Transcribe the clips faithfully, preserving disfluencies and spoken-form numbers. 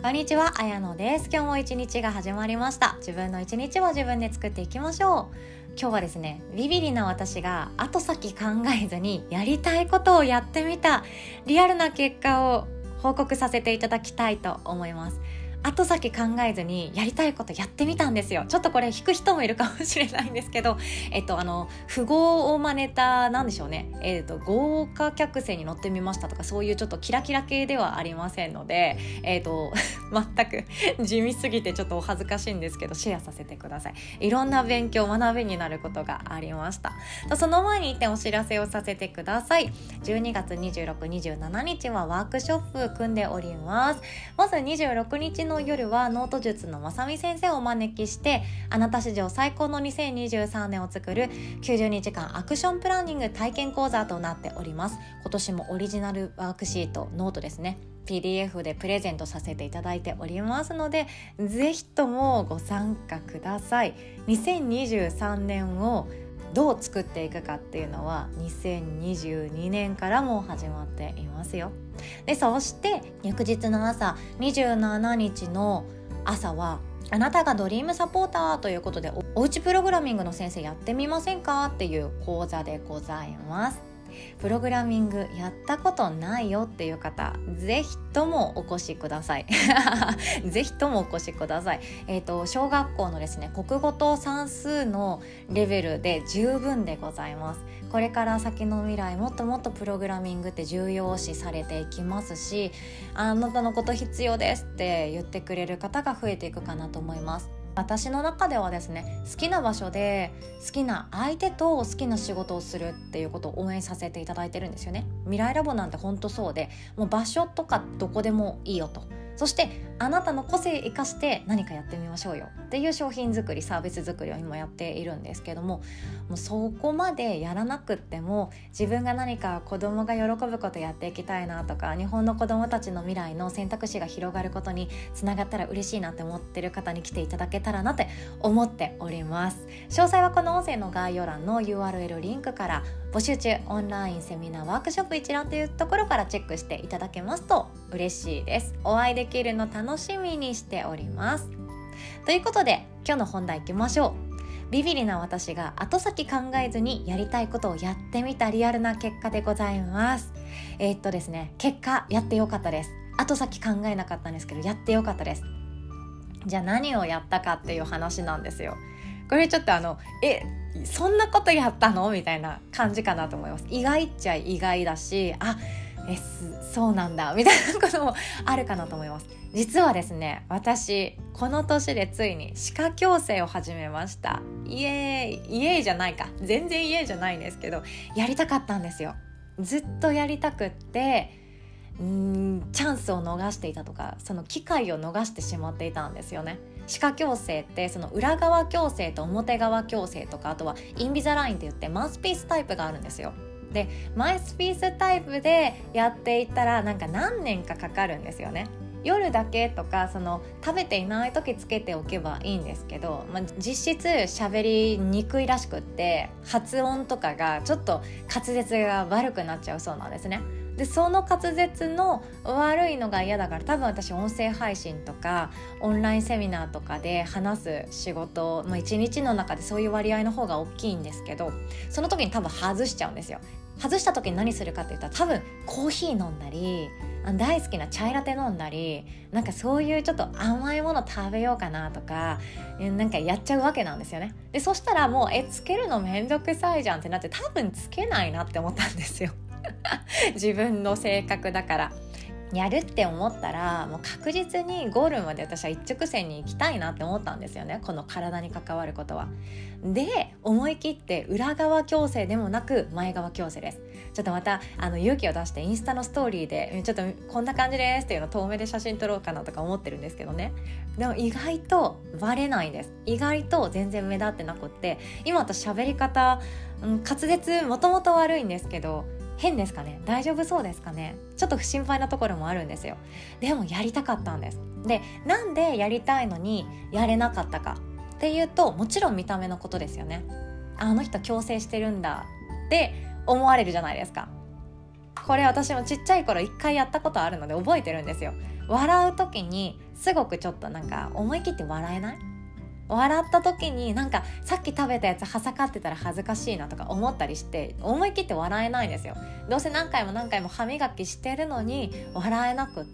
こんにちは、あやのです。今日も一日が始まりました。自分の一日を自分で作っていきましょう。今日はですね、ビビリな私が後先考えずにやりたいことをやってみたリアルな結果を報告させていただきたいと思います。後先考えずにやりたいことやってみたんですよ。ちょっとこれ引く人もいるかもしれないんですけど、えっとあの富豪を真似たなんでしょうね、えっと豪華客船に乗ってみましたとか、そういうちょっとキラキラ系ではありませんので、えっと全く地味すぎてちょっとお恥ずかしいんですけど、シェアさせてください。いろんな勉強学びになることがありました。その前に一点お知らせをさせてください。じゅうにがつにじゅうろく、にじゅうしちにちはワークショップ組んでおります。まずにじゅうろくにちのの夜はノート術のまさみ先生をお招きして、あなた史上最高のにせんにじゅうさんねんを作るきゅうじゅうにじかんアクションプランニング体験講座となっております。今年もオリジナルワークシートノートですね、 ピーディーエフ でプレゼントさせていただいておりますので、ぜひともご参加ください。にせんにじゅうさんねんをどう作っていくかっていうのはにせんにじゅうにねんからも始まっていますよ。でそして翌日の朝にじゅうしちにちの朝はあなたがドリームサポーターということで、 お, おうちプログラミングの先生やってみませんかっていう講座でございます。プログラミングやったことないよっていう方、ぜひともお越しくださいぜひともお越しください。えっと小学校のですね、国語と算数のレベルで十分でございます。これから先の未来、もっともっとプログラミングって重要視されていきますし、あなたのこと必要ですって言ってくれる方が増えていくかなと思います。私の中ではですね、好きな場所で好きな相手と好きな仕事をするっていうことを応援させていただいてるんですよね。未来ラボなんて本当そうで、もう場所とかどこでもいいよと、そしてあなたの個性生かして何かやってみましょうよっていう商品作り、サービス作りを今やっているんですけども、もうそこまでやらなくっても自分が何か子供が喜ぶことやっていきたいなとか、日本の子供たちの未来の選択肢が広がることにつながったら嬉しいなって思ってる方に来ていただけたらなって思っております。詳細はこの音声の概要欄の ユーアールエル リンクから、募集中オンラインセミナーワークショップ一覧というところからチェックしていただけますと嬉しいです。お会いできるの楽しみにしております。ということで今日の本題いきましょう。ビビリな私が後先考えずにやりたいことをやってみたリアルな結果でございます。えー、っとですね結果やってよかったです。後先考えなかったんですけどやってよかったです。じゃあ何をやったかっていう話なんですよ。これちょっとあのえそんなことやったのみたいな感じかなと思います。意外っちゃ意外だし、あえそうなんだみたいなこともあるかなと思います。実はですね、私この年でついに歯科矯正を始めました。イエーイイエーイじゃないか、全然イエーイじゃないんですけど、やりたかったんですよ。ずっとやりたくってうーんチャンスを逃していたとか、その機会を逃してしまっていたんですよね。歯科矯正ってその裏側矯正と表側矯正とか、あとはインビザラインって言ってマウスピースタイプがあるんですよ。でマウスピースタイプでやっていったらなんか何年かかかるんですよね。夜だけとか、その食べていない時つけておけばいいんですけど、まあ、実質喋りにくいらしくって、発音とかがちょっと滑舌が悪くなっちゃうそうなんですね。でその滑舌の悪いのが嫌だから、多分私音声配信とかオンラインセミナーとかで話す仕事、まあ、いちにちの中でそういう割合の方が大きいんですけど、その時に多分外しちゃうんですよ。外した時に何するかって言ったら、多分コーヒー飲んだり、大好きなチャイラテ飲んだり、なんかそういうちょっと甘いもの食べようかなとか、なんかやっちゃうわけなんですよね。でそしたらもうえつけるのめんどくさいじゃんってなって、多分つけないなって思ったんですよ自分の性格だから。やるって思ったらもう確実にゴールまで私は一直線に行きたいなって思ったんですよね、この体に関わることは。で思い切って裏側矯正でもなく前側矯正です。ちょっとまたあの勇気を出してインスタのストーリーでちょっとこんな感じですっていうのを遠目で写真撮ろうかなとか思ってるんですけどね。でも意外とバレないんです。意外と全然目立ってなくって、今私喋り方、うん、滑舌もともと悪いんですけど、変ですかね、大丈夫そうですかね、ちょっと心配なところもあるんですよ。でもやりたかったんです。でなんでやりたいのにやれなかったかっていうと、もちろん見た目のことですよね。あの人矯正してるんだって思われるじゃないですか。これ私もちっちゃい頃一回やったことあるので覚えてるんですよ。 笑う時にすごくちょっとなんか思い切って笑えない？笑った時になんかさっき食べたやつはさかってたら恥ずかしいなとか思ったりして思い切って笑えないんですよ。どうせ何回も何回も歯磨きしてるのに笑えなくって、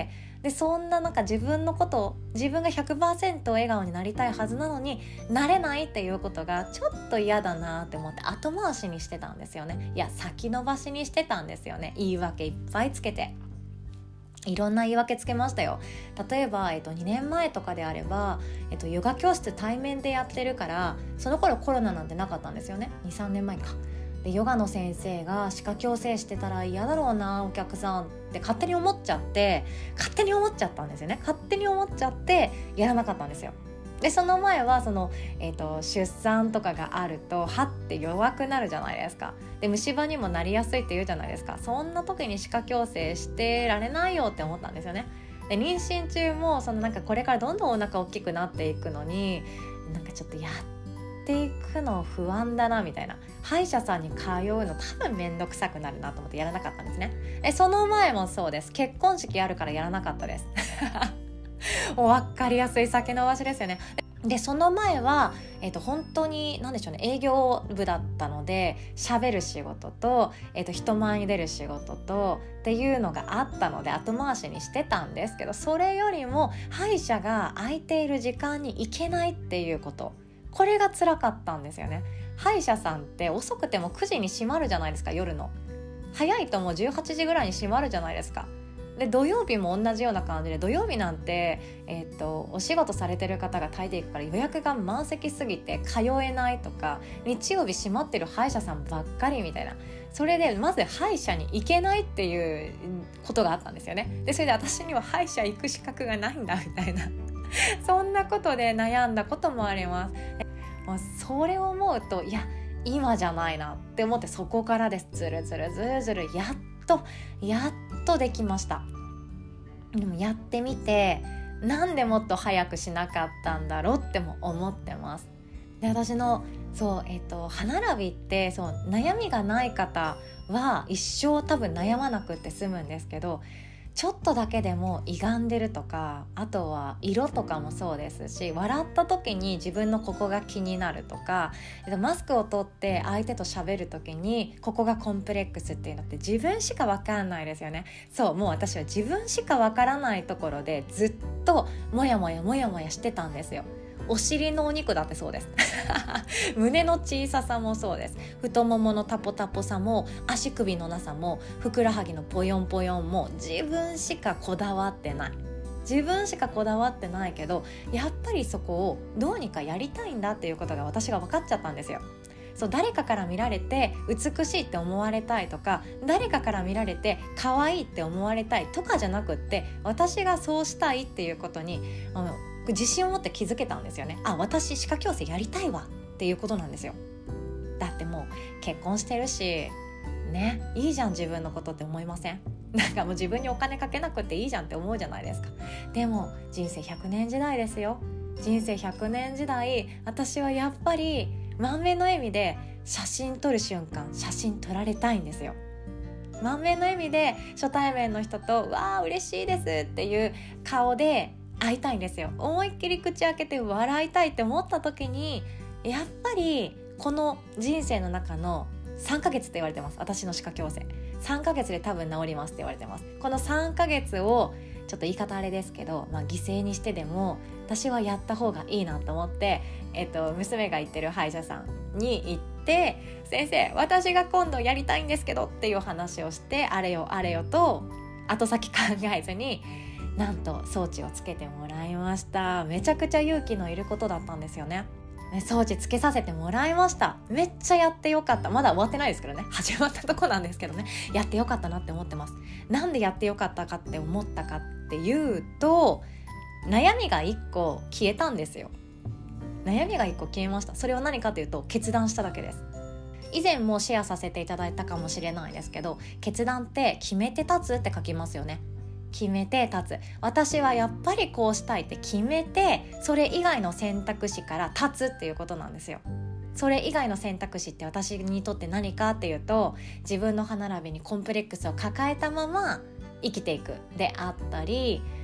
でそんななんか自分のことを自分が ひゃくパーセント 笑顔になりたいはずなのになれないっていうことがちょっと嫌だなって思って後回しにしてたんですよね。いや先延ばしにしてたんですよね。言い訳いっぱいつけて、いろんな言い訳つけましたよ。例えば、えっと、にねんまえとかであれば、えっと、ヨガ教室対面でやってるからその頃コロナなんてなかったんですよね。 にさんねんまえか。でヨガの先生が歯科矯正してたら嫌だろうなお客さんって勝手に思っちゃって勝手に思っちゃったんですよね。勝手に思っちゃってやらなかったんですよ。でその前はその、えーと、出産とかがあると歯って弱くなるじゃないですか。で虫歯にもなりやすいって言うじゃないですか。そんな時に歯科矯正してられないよって思ったんですよね。で妊娠中もそのなんかこれからどんどんお腹大きくなっていくのになんかちょっとやっていくの不安だなみたいな、歯医者さんに通うの多分めんどくさくなるなと思ってやらなかったんですね。えその前もそうです。結婚式あるからやらなかったですもう分かりやすい先延ばしですよね。でその前は、えーと、本当に何でしょうね、営業部だったので喋る仕事と、えーと、人前に出る仕事とっていうのがあったので後回しにしてたんですけど、それよりも歯医者が空いている時間に行けないっていうこと、これが辛かったんですよね。歯医者さんって遅くてもくじに閉まるじゃないですか。夜の早いともうじゅうはちじぐらいに閉まるじゃないですか。で土曜日も同じような感じで、土曜日なんて、えー、とお仕事されてる方が大抵行くから予約が満席すぎて通えないとか、日曜日閉まってる歯医者さんばっかりみたいな、それでまず歯医者に行けないっていうことがあったんですよね。でそれで私には歯医者行く資格がないんだみたいなそんなことで悩んだこともあります。もうそれを思うといや今じゃないなって思って、そこからです。ずるずるずるずるやっとやっとできました。でもやってみてなんでもっと早くしなかったんだろうっても思ってます。で私のそう、えーと、歯並びってそう悩みがない方は一生多分悩まなくって済むんですけど、ちょっとだけでも歪んでるとか、あとは色とかもそうですし、笑った時に自分のここが気になるとか、マスクを取って相手と喋る時にここがコンプレックスっていうのって自分しか分かんないですよね。そうもう私は自分しか分からないところでずっともやもやもやもやしてたんですよ。お尻のお肉だってそうです胸の小ささもそうです。太もものタポタポさも足首のなさもふくらはぎのポヨンポヨンも自分しかこだわってない自分しかこだわってないけど、やっぱりそこをどうにかやりたいんだっていうことが私が分かっちゃったんですよ。そう誰かから見られて美しいって思われたいとか、誰かから見られて可愛いって思われたいとかじゃなくって、私がそうしたいっていうことにあの自信を持って気づけたんですよね。あ、私歯科矯正やりたいわっていうことなんですよ。だってもう結婚してるしね、いいじゃん自分のことって思いません？なんかもう自分にお金かけなくていいじゃんって思うじゃないですか。でも人生ひゃくねん時代ですよ。人生ひゃくねん時代、私はやっぱり満面の笑みで写真撮る瞬間写真撮られたいんですよ。満面の笑みで初対面の人とわー嬉しいですっていう顔で会いたいんですよ。思いっきり口開けて笑いたいって思った時に、やっぱりこの人生の中のさんかげつって言われてます。私の歯科矯正さんかげつで多分治りますって言われてます。このさんかげつをちょっと言い方あれですけど、まあ、犠牲にしてでも私はやった方がいいなと思って、えっと、娘が行ってる歯医者さんに行って先生私が今度やりたいんですけどっていう話をして、あれよあれよと後先考えずになんと装置をつけてもらいました。めちゃくちゃ勇気のいることだったんですよね。装置つけさせてもらいました。めっちゃやってよかった。まだ終わってないですけどね、始まったとこなんですけどね、やってよかったなって思ってます。なんでやってよかったかって思ったかっていうと、悩みがいっこ消えたんですよ。悩みがいっこ消えました。それは何かというと決断しただけです。以前もシェアさせていただいたかもしれないですけど、決断って決めて立つって書きますよね。決めて立つ。私はやっぱりこうしたいって決めて、それ以外の選択肢から立つっていうことなんですよ。それ以外の選択肢って私にとって何かっていうと、自分の歯並びにコンプレックスを抱えたまま生きていくであったり、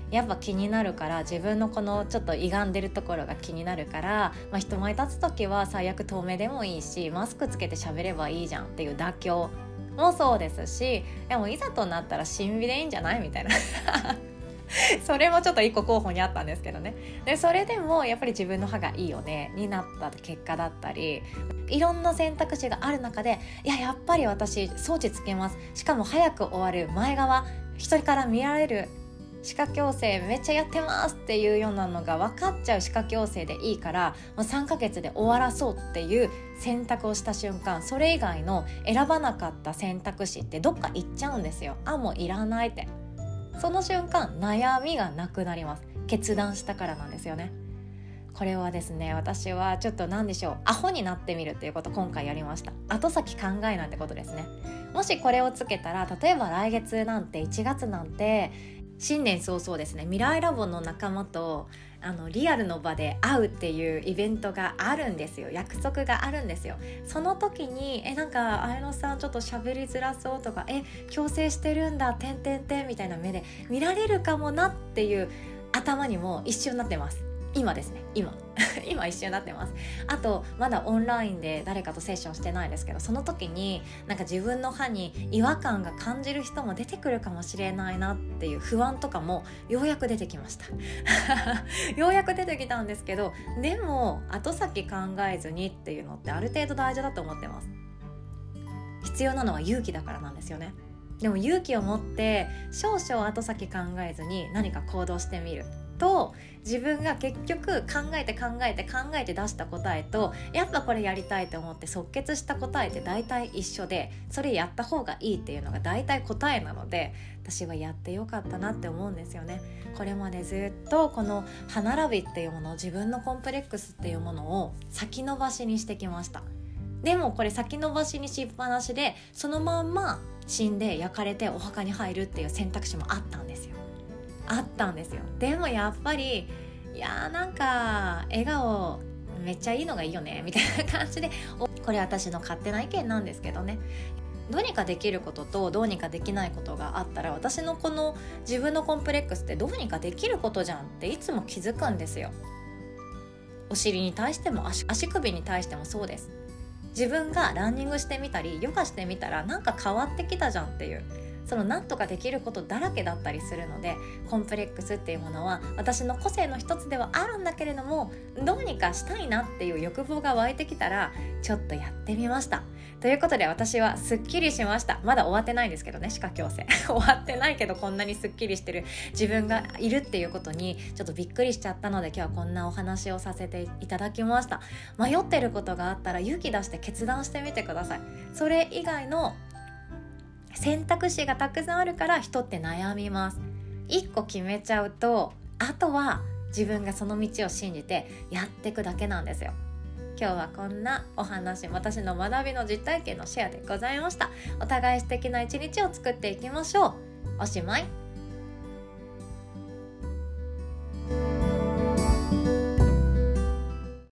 やっぱ気になるから、自分のこのちょっと歪んでるところが気になるから、まあ、人前立つ時は最悪遠目でもいいしマスクつけて喋ればいいじゃんっていう妥協もそうですし、でもいざとなったら審美でいいんじゃないみたいなそれもちょっと一個候補にあったんですけどね。でそれでもやっぱり自分の歯がいいよねになった結果だったり、いろんな選択肢がある中で、いややっぱり私装置つけます、しかも早く終わる、前側人から見られる歯科矯正めっちゃやってますっていうようなのが分かっちゃう歯科矯正でいいから、もうさんかげつで終わらそうっていう選択をした瞬間、それ以外の選ばなかった選択肢ってどっか行っちゃうんですよ。あ、もういらないって。その瞬間悩みがなくなります。決断したからなんですよね。これはですね、私はちょっと何でしょう、アホになってみるっていうことを今回やりました。後先考えなんてことですね。もしこれをつけたら、例えば来月なんていちがつなんて新年早々ですね、未来ラボの仲間とあのリアルの場で会うっていうイベントがあるんですよ。約束があるんですよ。その時にえなんか綾乃さんちょっと喋りづらそうとか、え矯正してるんだてんてんてんみたいな目で見られるかもなっていう頭にも一瞬なってます。今ですね、今今一瞬なってます。あとまだオンラインで誰かとセッションしてないですけど、その時になんか自分の歯に違和感が感じる人も出てくるかもしれないなっていう不安とかもようやく出てきましたようやく出てきたんですけど、でも後先考えずにっていうのってある程度大事だと思ってます。必要なのは勇気だからなんですよね。でも勇気を持って少々後先考えずに何か行動してみると、自分が結局考えて考えて考えて出した答えと、やっぱこれやりたいと思って即決した答えって大体一緒で、それやった方がいいっていうのが大体答えなので、私はやってよかったなって思うんですよね。これまでずっとこの歯並びっていうもの、自分のコンプレックスっていうものを先延ばしにしてきました。でもこれ先延ばしにしっぱなしで、そのまんま死んで焼かれてお墓に入るっていう選択肢もあったんですよ。あったんですよ。でもやっぱりいやーなんか笑顔めっちゃいいのがいいよねみたいな感じで、これ私の勝手な意見なんですけどね、どうにかできることとどうにかできないことがあったら、私のこの自分のコンプレックスってどうにかできることじゃんっていつも気づくんですよ。お尻に対しても 足, 足首に対してもそうです。自分がランニングしてみたりヨガしてみたらなんか変わってきたじゃんっていう、そのなんとかできることだらけだったりするので、コンプレックスっていうものは私の個性の一つではあるんだけれども、どうにかしたいなっていう欲望が湧いてきたらちょっとやってみました。ということで私はすっきりしました。まだ終わってないんですけどね、歯科矯正終わってないけど、こんなにすっきりしてる自分がいるっていうことにちょっとびっくりしちゃったので、今日はこんなお話をさせていただきました。迷ってることがあったら勇気出して決断してみてください。それ以外の選択肢がたくさんあるから人って悩みます。一個決めちゃうと、あとは自分がその道を信じてやっていくだけなんですよ。今日はこんなお話、私の学びの実体験のシェアでございました。お互い素敵な一日を作っていきましょう。おしまい。